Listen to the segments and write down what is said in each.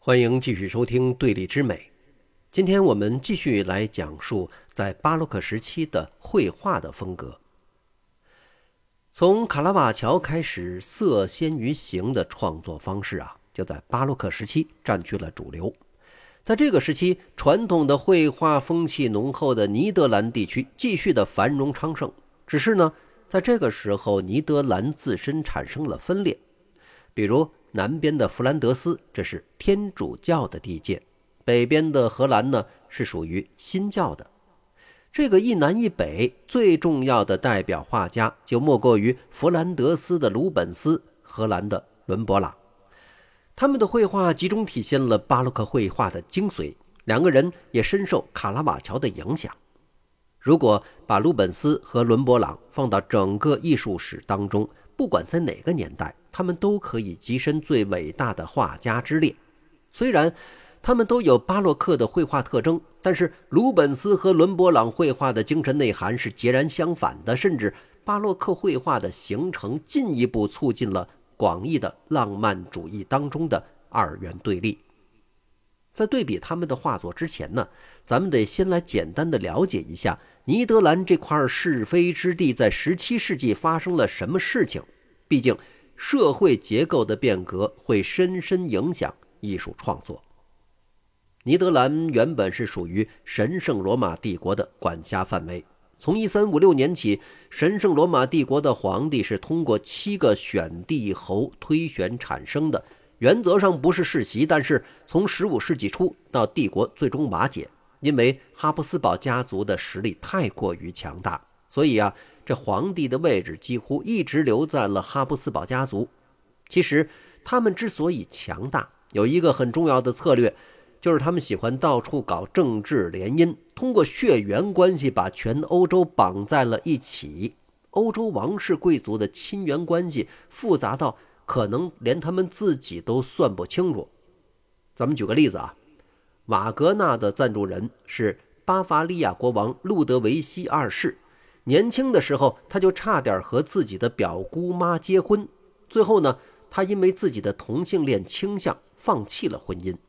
欢迎继续收听对立之美。今天我们继续来讲述在巴洛克时期的绘画的风格。从卡拉瓦乔开始，色先于形的创作方式就在巴洛克时期占据了主流。在这个时期，传统的绘画风气浓厚的尼德兰地区继续的繁荣昌盛，只是呢，在这个时候尼德兰自身产生了分裂。比如南边的弗兰德斯，这是天主教的地界，北边的荷兰呢是属于新教的。这个一南一北最重要的代表画家就莫过于弗兰德斯的鲁本斯，荷兰的伦勃朗。他们的绘画集中体现了巴洛克绘画的精髓，两个人也深受卡拉瓦乔的影响。如果把鲁本斯和伦勃朗放到整个艺术史当中，不管在哪个年代，他们都可以跻身最伟大的画家之列。虽然他们都有巴洛克的绘画特征，但是鲁本斯和伦勃朗绘画的精神内涵是截然相反的，甚至巴洛克绘画的形成进一步促进了广义的浪漫主义当中的二元对立。在对比他们的画作之前呢，咱们得先来简单的了解一下尼德兰这块是非之地在17世纪发生了什么事情。毕竟社会结构的变革会深深影响艺术创作。尼德兰原本是属于神圣罗马帝国的管辖范围，从1356年起，神圣罗马帝国的皇帝是通过7个选帝侯推选产生的，原则上不是世袭，但是从15世纪初到帝国最终瓦解，因为哈布斯堡家族的实力太过于强大，所以这皇帝的位置几乎一直留在了哈布斯堡家族。其实他们之所以强大，有一个很重要的策略，就是他们喜欢到处搞政治联姻，通过血缘关系把全欧洲绑在了一起。欧洲王室贵族的亲缘关系复杂到可能连他们自己都算不清楚。咱们举个例子瓦格纳的赞助人是巴伐利亚国王路德维希2世，年轻的时候他就差点和自己的表姑妈结婚，最后呢，他因为自己的同性恋倾向放弃了婚姻。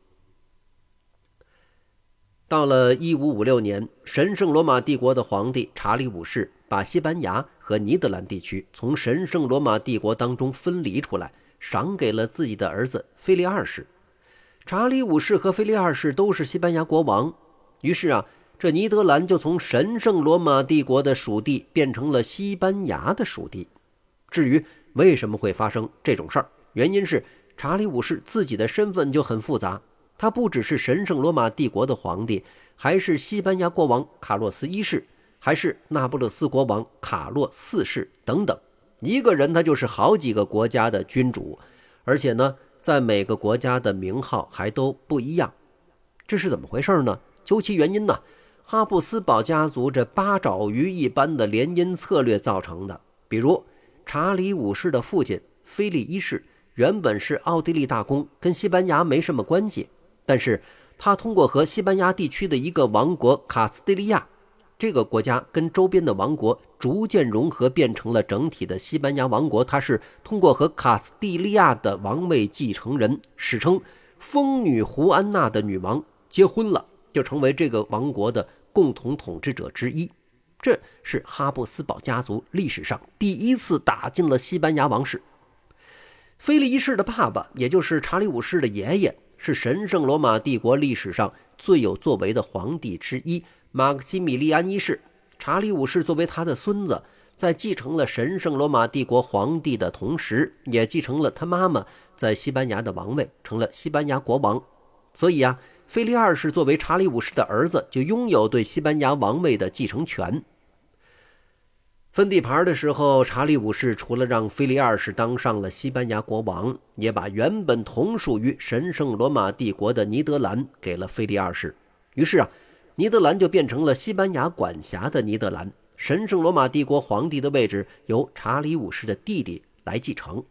到了1556年，神圣罗马帝国的皇帝查理5世把西班牙和尼德兰地区从神圣罗马帝国当中分离出来，赏给了自己的儿子腓力2世。查理5世和腓力2世都是西班牙国王，于是这尼德兰就从神圣罗马帝国的属地变成了西班牙的属地。至于为什么会发生这种事儿，原因是查理5世自己的身份就很复杂，他不只是神圣罗马帝国的皇帝，还是西班牙国王卡洛斯1世，还是那不勒斯国王卡洛4世等等。一个人他就是好几个国家的君主，而且呢，在每个国家的名号还都不一样。这是怎么回事呢？究其原因呢，哈布斯堡家族这八爪鱼一般的联姻策略造成的。比如查理5世的父亲腓力1世原本是奥地利大公，跟西班牙没什么关系，但是他通过和西班牙地区的一个王国卡斯蒂利亚，这个国家跟周边的王国逐渐融合，变成了整体的西班牙王国。他是通过和卡斯蒂利亚的王位继承人，史称疯女胡安娜的女王结婚了，就成为这个王国的共同统治者之一。这是哈布斯堡家族历史上第一次打进了西班牙王室。腓力1世的爸爸，也就是查理5世的爷爷，是神圣罗马帝国历史上最有作为的皇帝之一马克西米利安1世。查理5世作为他的孙子，在继承了神圣罗马帝国皇帝的同时，也继承了他妈妈在西班牙的王位，成了西班牙国王。所以腓力2世作为查理5世的儿子，就拥有对西班牙王位的继承权。分地盘的时候，查理5世除了让腓力2世当上了西班牙国王，也把原本同属于神圣罗马帝国的尼德兰给了腓力2世。于是尼德兰就变成了西班牙管辖的尼德兰，神圣罗马帝国皇帝的位置由查理5世的弟弟来继承。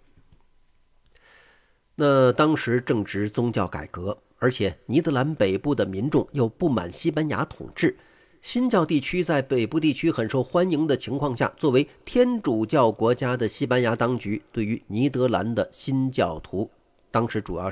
那当时正值宗教改革，而且尼德兰北部的民众又不满西班牙统治，新教地区在北部地区很受欢迎的情况下，作为天主教国家的西班牙当局对于尼德兰的新教徒，当时主要是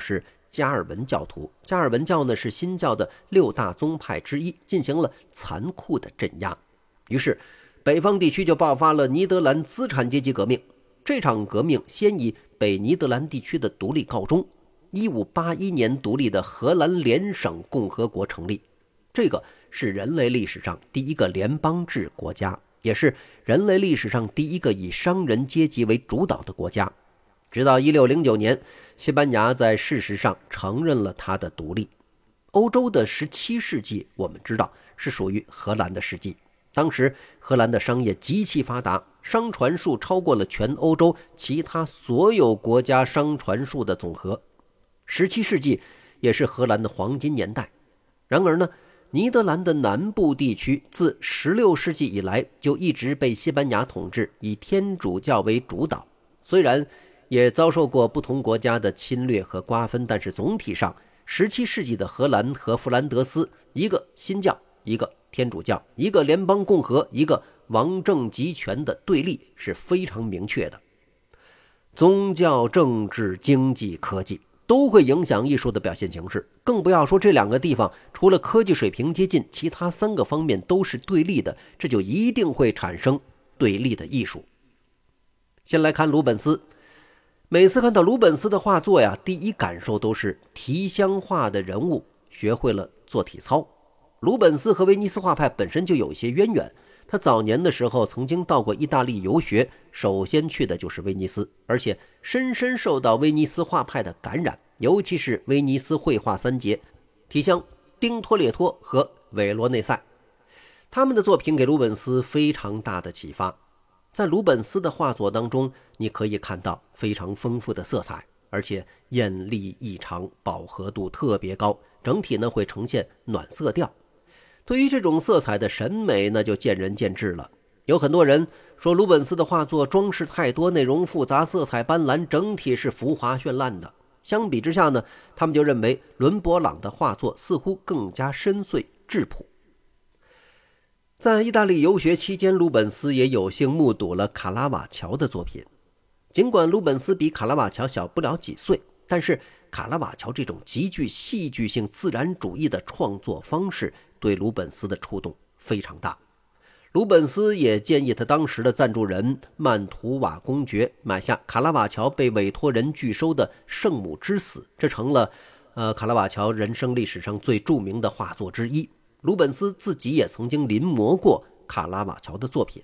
加尔文教徒。加尔文教呢是新教的6大宗派之一，进行了残酷的镇压。于是北方地区就爆发了尼德兰资产阶级革命。这场革命先以北尼德兰地区的独立告终。1581年独立的荷兰联省共和国成立，这个是人类历史上第一个联邦制国家，也是人类历史上第一个以商人阶级为主导的国家。直到1609年，西班牙在事实上承认了它的独立。欧洲的17世纪我们知道是属于荷兰的世纪，当时荷兰的商业极其发达，商船数超过了全欧洲其他所有国家商船数的总和。17世纪也是荷兰的黄金年代。然而呢，尼德兰的南部地区自16世纪以来就一直被西班牙统治，以天主教为主导。虽然也遭受过不同国家的侵略和瓜分，但是总体上17世纪的荷兰和弗兰德斯，一个新教，一个天主教，一个联邦共和，一个王政集权的对立是非常明确的。宗教、政治、经济、科技都会影响艺术的表现形式，更不要说这2个地方除了科技水平接近，其他3个方面都是对立的，这就一定会产生对立的艺术。先来看鲁本斯。每次看到鲁本斯的画作呀，第一感受都是提香画的人物学会了做体操。鲁本斯和威尼斯画派本身就有一些渊源，他早年的时候曾经到过意大利游学，首先去的就是威尼斯，而且深深受到威尼斯画派的感染，尤其是威尼斯绘画3杰提香、丁托列托和韦罗内塞，他们的作品给鲁本斯非常大的启发。在鲁本斯的画作当中，你可以看到非常丰富的色彩，而且艳丽异常，饱和度特别高，整体呢会呈现暖色调。对于这种色彩的审美那就见仁见智了。有很多人说鲁本斯的画作装饰太多，内容复杂，色彩斑斓，整体是浮华绚烂的。相比之下呢，他们就认为伦勃朗的画作似乎更加深邃质朴。在意大利游学期间，鲁本斯也有幸目睹了卡拉瓦乔的作品。尽管鲁本斯比卡拉瓦乔小不了几岁，但是卡拉瓦乔这种极具戏剧性自然主义的创作方式对鲁本斯的触动非常大。鲁本斯也建议他当时的赞助人曼图瓦公爵买下卡拉瓦乔被委托人拒收的《圣母之死》，这成了卡拉瓦乔人生历史上最著名的画作之一。鲁本斯自己也曾经临摹过卡拉瓦乔的作品。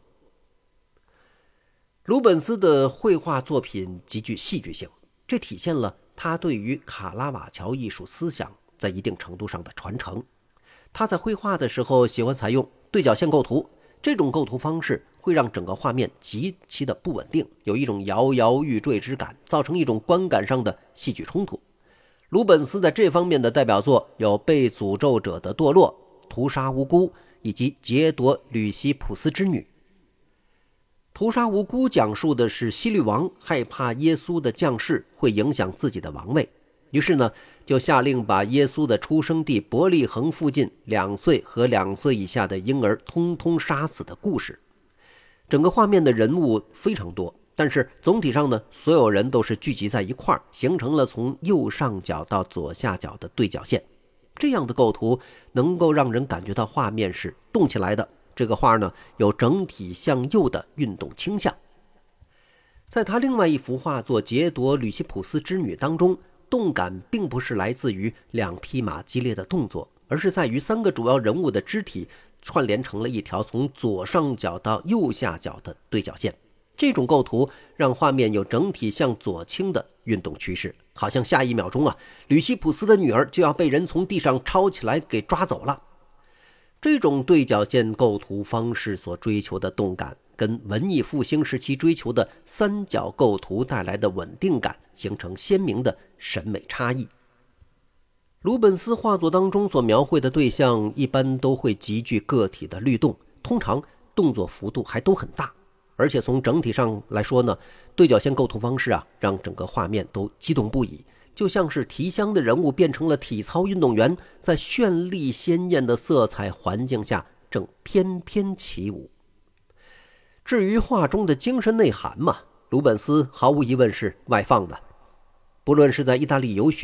鲁本斯的绘画作品极具戏剧性，这体现了他对于卡拉瓦乔艺术思想在一定程度上的传承。他在绘画的时候喜欢采用对角线构图，这种构图方式会让整个画面极其的不稳定，有一种摇摇欲坠之感，造成一种观感上的戏剧冲突。鲁本斯在这方面的代表作有《被诅咒者的堕落》、屠杀无辜以及劫夺吕西普斯之女。屠杀无辜讲述的是希律王害怕耶稣的降世会影响自己的王位，于是呢就下令把耶稣的出生地伯利恒附近2岁和2岁以下的婴儿通通杀死的故事。整个画面的人物非常多，但是总体上呢，所有人都是聚集在一块儿，形成了从右上角到左下角的对角线。这样的构图能够让人感觉到画面是动起来的，这个画呢有整体向右的运动倾向。在他另外一幅画作《劫夺吕西普斯之女》当中，动感并不是来自于2匹马激烈的动作，而是在于3个主要人物的肢体串联成了一条从左上角到右下角的对角线。这种构图让画面有整体向左倾的运动趋势，好像下一秒钟吕西普斯的女儿就要被人从地上抄起来给抓走了。这种对角线构图方式所追求的动感，跟文艺复兴时期追求的3角构图带来的稳定感形成鲜明的审美差异。鲁本斯画作当中所描绘的对象一般都会极具个体的律动，通常动作幅度还都很大，而且从整体上来说呢，对角线构图方式让整个画面都激动不已，就像是提香的人物变成了体操运动员，在绚丽鲜艳的色彩环境下正翩翩起舞。至于画中的精神内涵嘛，鲁本斯毫无疑问是外放的。不论是在意大利游学，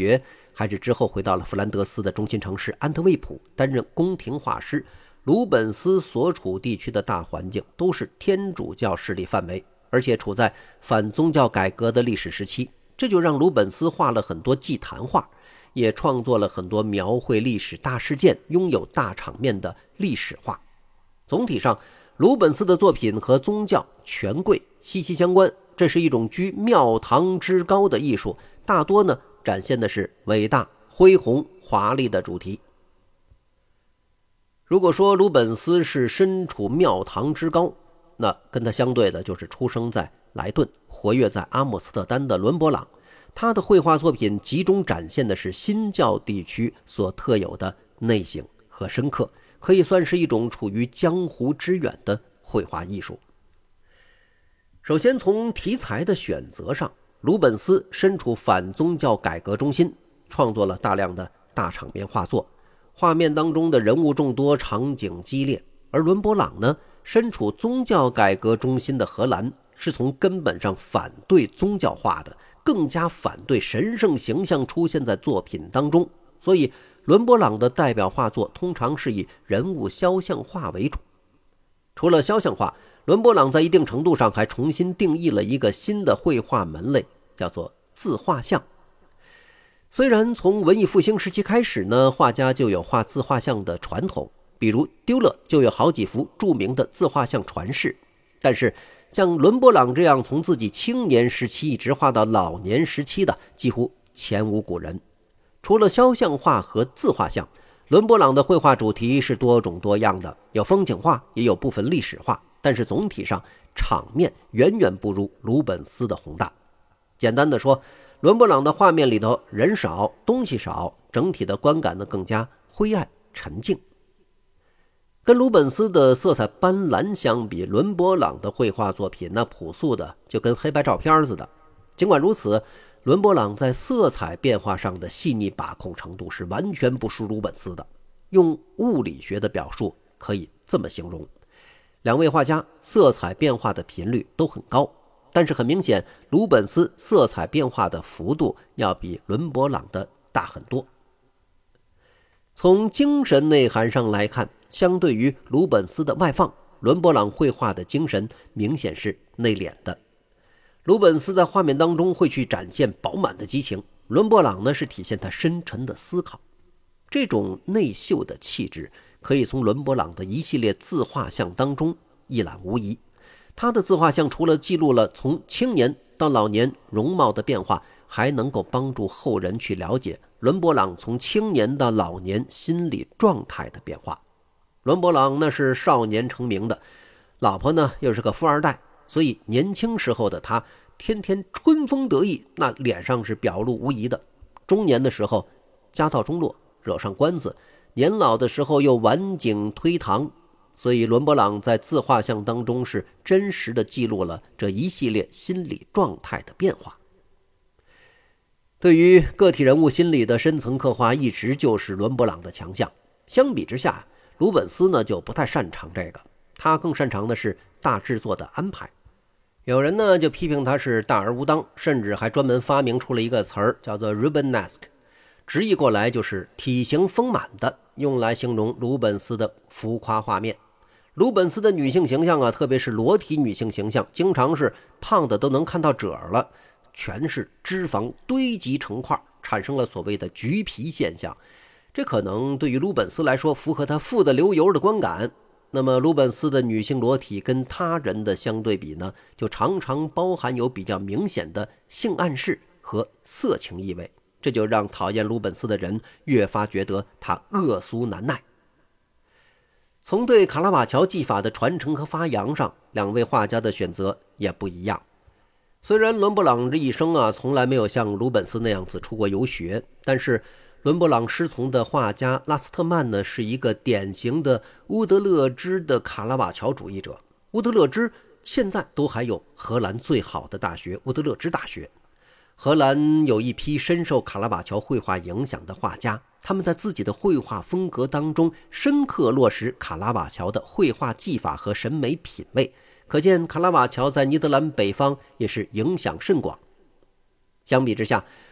还是之后回到了弗兰德斯的中心城市安特卫普担任宫廷画师，鲁本斯所处地区的大环境都是天主教势力范围，而且处在反宗教改革的历史时期，这就让鲁本斯画了很多祭坛画，也创作了很多描绘历史大事件、拥有大场面的历史画。总体上，鲁本斯的作品和宗教、权贵息息相关，这是一种居庙堂之高的艺术，大多呢展现的是伟大、恢宏、华丽的主题。如果说鲁本斯是身处庙堂之高，那跟他相对的就是出生在莱顿、活跃在阿姆斯特丹的伦勃朗。他的绘画作品集中展现的是新教地区所特有的内省和深刻，可以算是一种处于江湖之远的绘画艺术。首先从题材的选择上，鲁本斯身处反宗教改革中心，创作了大量的大场面画作，画面当中的人物众多，场景激烈。而伦勃朗呢，身处宗教改革中心的荷兰，是从根本上反对宗教化的，更加反对神圣形象出现在作品当中，所以伦勃朗的代表画作通常是以人物肖像画为主。除了肖像画，伦勃朗在一定程度上还重新定义了一个新的绘画门类，叫做自画像。虽然从文艺复兴时期开始呢，画家就有画自画像的传统，比如丢勒就有好几幅著名的自画像传世，但是像伦勃朗这样从自己青年时期一直画到老年时期的，几乎前无古人。除了肖像画和自画像，伦勃朗的绘画主题是多种多样的，有风景画，也有部分历史画，但是总体上场面远远不如鲁本斯的宏大。简单的说，伦勃朗的画面里头人少，东西少，整体的观感呢更加灰暗沉静。跟鲁本斯的色彩斑斓相比，伦勃朗的绘画作品那朴素的就跟黑白照片似的。尽管如此，伦勃朗在色彩变化上的细腻把控程度是完全不输鲁本斯的。用物理学的表述可以这么形容，两位画家色彩变化的频率都很高，但是很明显，鲁本斯色彩变化的幅度要比伦勃朗的大很多。从精神内涵上来看，相对于鲁本斯的外放，伦勃朗绘画的精神明显是内敛的。鲁本斯在画面当中会去展现饱满的激情，伦勃朗呢是体现他深沉的思考。这种内秀的气质可以从伦勃朗的一系列自画像当中一览无遗。他的自画像除了记录了从青年到老年容貌的变化，还能够帮助后人去了解伦勃朗从青年到老年心理状态的变化。伦勃朗那是少年成名的，老婆呢又是个富二代，所以年轻时候的他天天春风得意，那脸上是表露无遗的。中年的时候家道中落，惹上官司，年老的时候又晚景推堂，所以伦勃朗在自画像当中是真实的记录了这一系列心理状态的变化。对于个体人物心理的深层刻画，一直就是伦勃朗的强项。相比之下，鲁本斯呢就不太擅长这个，他更擅长的是大制作的安排。有人呢就批评他是大而无当，甚至还专门发明出了一个词儿，叫做 Rubenesque， 直译过来就是体型丰满的，用来形容鲁本斯的浮夸画面。鲁本斯的女性形象啊，特别是裸体女性形象，经常是胖的都能看到褶了，全是脂肪堆积成块，产生了所谓的橘皮现象。这可能对于鲁本斯来说符合他富得流油的观感。那么鲁本斯的女性裸体跟他人的相对比呢，就常常包含有比较明显的性暗示和色情意味，这就让讨厌鲁本斯的人越发觉得他恶俗难耐。从对卡拉瓦乔技法的传承和发扬上，两位画家的选择也不一样。虽然伦勃朗这一生啊从来没有像鲁本斯那样子出国游学，但是伦勃朗师从的画家拉斯特曼呢，是一个典型的乌德勒支的卡拉瓦乔主义者。乌德勒支现在都还有荷兰最好的大学乌德勒支大学。荷兰有一批深受卡拉瓦乔绘画影响的画家，他们在自己的绘画风格当中深刻落实卡拉瓦乔的绘画技法和审美品味，可见卡拉瓦乔在尼德兰北方也是影响甚广。相比之下，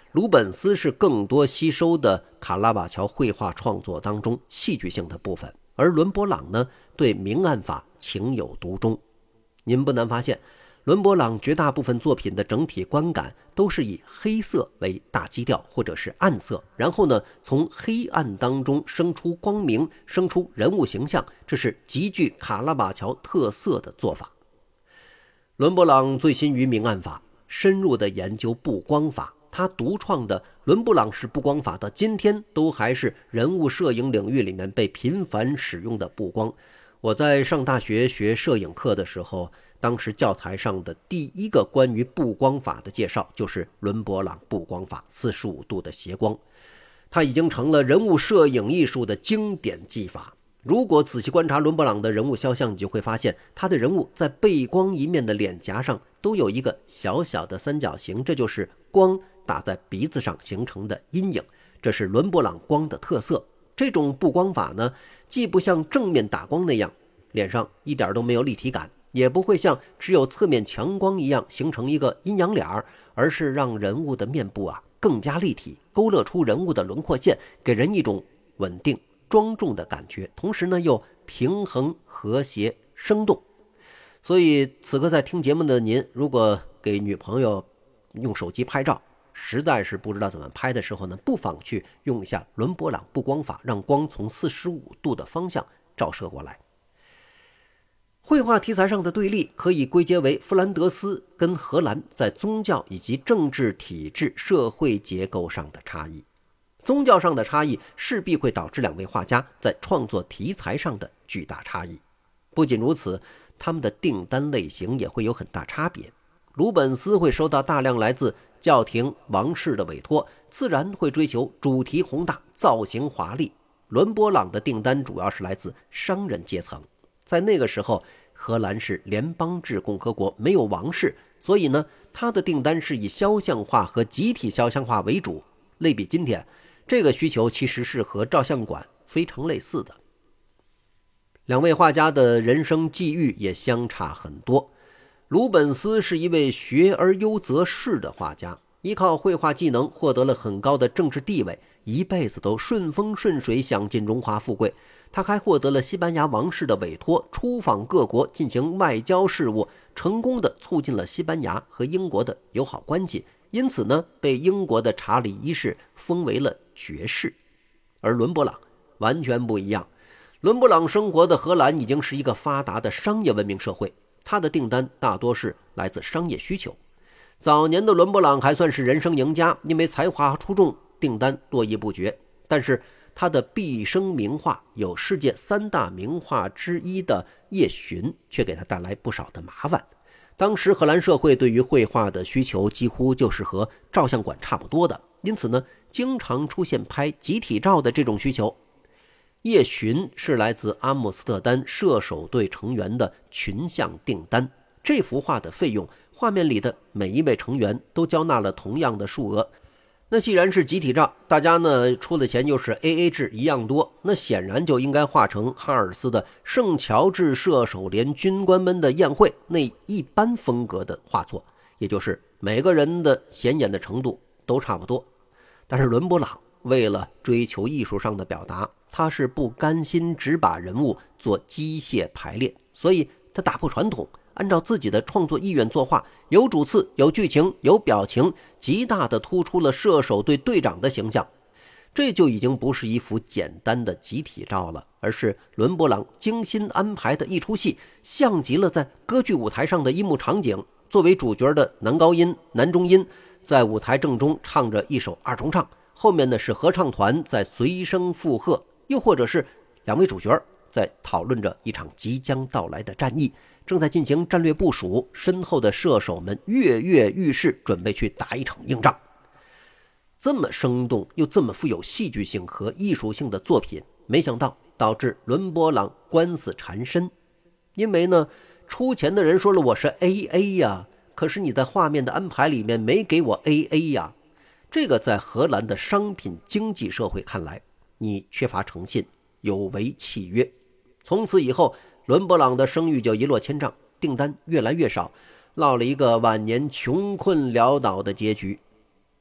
鲁本斯是更多吸收的卡拉瓦乔绘画创作当中戏剧性的部分，而伦勃朗呢，对明暗法情有独钟。您不难发现，伦勃朗绝大部分作品的整体观感都是以黑色为大基调或者是暗色，然后呢，从黑暗当中生出光明，生出人物形象，这是极具卡拉瓦乔特色的做法。伦勃朗醉心于明暗法，深入的研究布光法，他独创的伦勃朗式布光法到今天都还是人物摄影领域里面被频繁使用的布光。我在上大学学摄影课的时候，当时教材上的第一个关于布光法的介绍就是伦勃朗布光法45度的斜光，它已经成了人物摄影艺术的经典技法。如果仔细观察伦勃朗的人物肖像，你就会发现他的人物在背光一面的脸颊上都有一个小小的三角形，这就是光打在鼻子上形成的阴影，这是伦勃朗光的特色。这种布光法呢，既不像正面打光那样脸上一点都没有立体感，也不会像只有侧面强光一样形成一个阴阳脸，而是让人物的面部更加立体，勾勒出人物的轮廓线，给人一种稳定庄重的感觉，同时呢又平衡和谐生动。所以此刻在听节目的您，如果给女朋友用手机拍照，实在是不知道怎么拍的时候呢，不妨去用一下伦勃朗布光法，让光从45度的方向照射过来。绘画题材上的对立可以归结为弗兰德斯跟荷兰在宗教以及政治体制、社会结构上的差异。宗教上的差异势必会导致两位画家在创作题材上的巨大差异。不仅如此，他们的订单类型也会有很大差别。鲁本斯会收到大量来自教廷、王室的委托，自然会追求主题宏大、造型华丽。伦勃朗的订单主要是来自商人阶层。在那个时候，荷兰是联邦制共和国，没有王室，所以呢，他的订单是以肖像画和集体肖像画为主。类比今天，这个需求其实是和照相馆非常类似的。两位画家的人生际遇也相差很多。鲁本斯是一位学而优则仕的画家，依靠绘画技能获得了很高的政治地位，一辈子都顺风顺水，享尽荣华富贵。他还获得了西班牙王室的委托，出访各国进行外交事务，成功的促进了西班牙和英国的友好关系，因此呢，被英国的查理一世封为了爵士。而伦勃朗完全不一样，伦勃朗生活的荷兰已经是一个发达的商业文明社会，他的订单大多是来自商业需求。早年的伦勃朗还算是人生赢家，因为才华出众，订单络绎不绝。但是他的毕生名画，有世界3大名画之一的《夜巡》，却给他带来不少的麻烦。当时荷兰社会对于绘画的需求几乎就是和照相馆差不多的，因此呢，经常出现拍集体照的这种需求。夜巡是来自阿姆斯特丹射手队成员的群像订单，这幅画的费用，画面里的每一位成员都交纳了同样的数额。那既然是集体照，大家呢出的钱就是 AA 制一样多，那显然就应该画成哈尔斯的圣乔治射手连军官们的宴会那一般风格的画作，也就是每个人的显眼的程度都差不多。但是伦勃朗为了追求艺术上的表达，他是不甘心只把人物做机械排列，所以他打破传统，按照自己的创作意愿作画，有主次，有剧情，有表情，极大地突出了射手队队长的形象。这就已经不是一幅简单的集体照了，而是伦勃朗精心安排的一出戏，像极了在歌剧舞台上的一幕场景。作为主角的男高音、男中音在舞台正中唱着一首二重唱，后面呢是合唱团在随声附和，又或者是两位主角在讨论着一场即将到来的战役，正在进行战略部署，身后的射手们跃跃欲试，准备去打一场硬仗。这么生动又这么富有戏剧性和艺术性的作品，没想到导致伦勃朗官司缠身。因为呢，出钱的人说了我是 AA 呀，可是你在画面的安排里面没给我 AA 呀。这个在荷兰的商品经济社会看来，你缺乏诚信，有违契约。从此以后，伦勃朗的声誉就一落千丈，订单越来越少，落了一个晚年穷困潦倒的结局。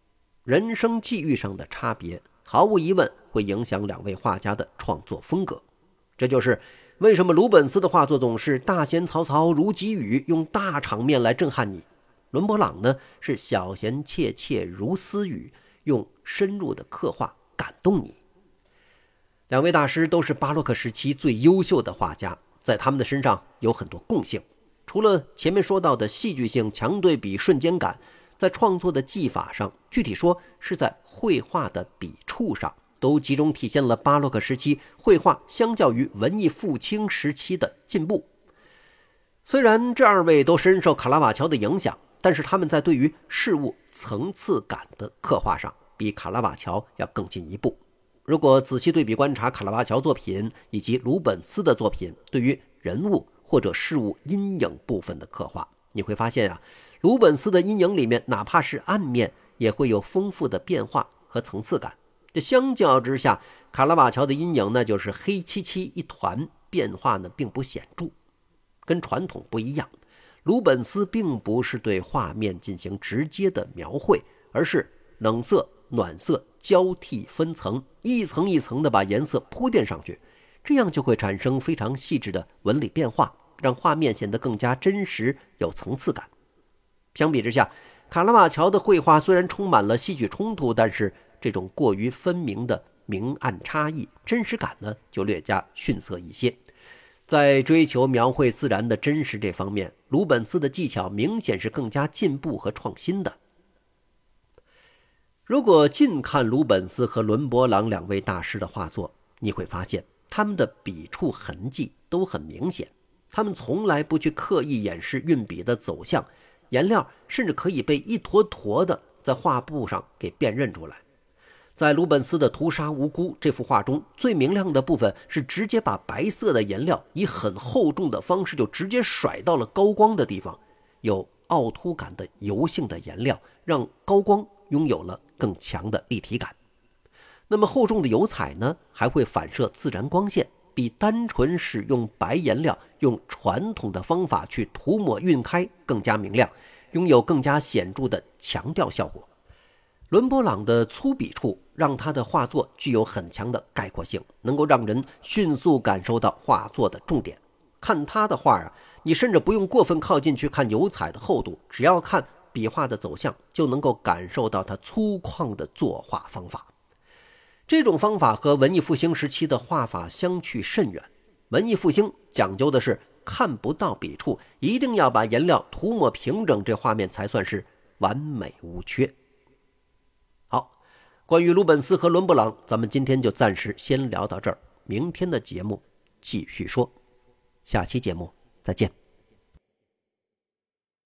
人生际遇上的差别，毫无疑问会影响两位画家的创作风格。这就是为什么鲁本斯的画作总是大弦嘈嘈如急雨，用大场面来震撼你；伦勃朗呢，是小弦切切如私语，用深入的刻画感动你。两位大师都是巴洛克时期最优秀的画家，在他们的身上有很多共性。除了前面说到的戏剧性、强对比、瞬间感，在创作的技法上，具体说是在绘画的笔触上，都集中体现了巴洛克时期绘画相较于文艺复兴时期的进步。虽然这二位都深受卡拉瓦乔的影响，但是他们在对于事物层次感的刻画上，比卡拉瓦乔要更进一步。如果仔细对比观察卡拉瓦乔作品以及鲁本斯的作品对于人物或者事物阴影部分的刻画，你会发现鲁本斯的阴影里面哪怕是暗面也会有丰富的变化和层次感。这相较之下，卡拉瓦乔的阴影呢就是黑漆漆一团，变化呢并不显著。跟传统不一样，鲁本斯并不是对画面进行直接的描绘，而是冷色暖色交替分层，一层一层的把颜色铺垫上去，这样就会产生非常细致的纹理变化，让画面显得更加真实有层次感。相比之下，卡拉瓦乔的绘画虽然充满了戏剧冲突，但是这种过于分明的明暗差异，真实感呢就略加逊色一些。在追求描绘自然的真实这方面，鲁本斯的技巧明显是更加进步和创新的。如果近看鲁本斯和伦勃朗两位大师的画作，你会发现他们的笔触痕迹都很明显，他们从来不去刻意掩饰运笔的走向，颜料甚至可以被一坨坨的在画布上给辨认出来。在鲁本斯的屠杀无辜这幅画中，最明亮的部分是直接把白色的颜料以很厚重的方式就直接甩到了高光的地方，有凹凸感的油性的颜料让高光拥有了更强的立体感。那么厚重的油彩呢，还会反射自然光线，比单纯使用白颜料用传统的方法去涂抹晕开更加明亮，拥有更加显著的强调效果。伦勃朗的粗笔触让他的画作具有很强的概括性，能够让人迅速感受到画作的重点。看他的画你甚至不用过分靠近去看油彩的厚度，只要看笔画的走向，就能够感受到他粗犷的作画方法。这种方法和文艺复兴时期的画法相去甚远。文艺复兴讲究的是看不到笔触，一定要把颜料涂抹平整，这画面才算是完美无缺。好，关于鲁本斯和伦勃朗，咱们今天就暂时先聊到这儿，明天的节目继续说。下期节目再见。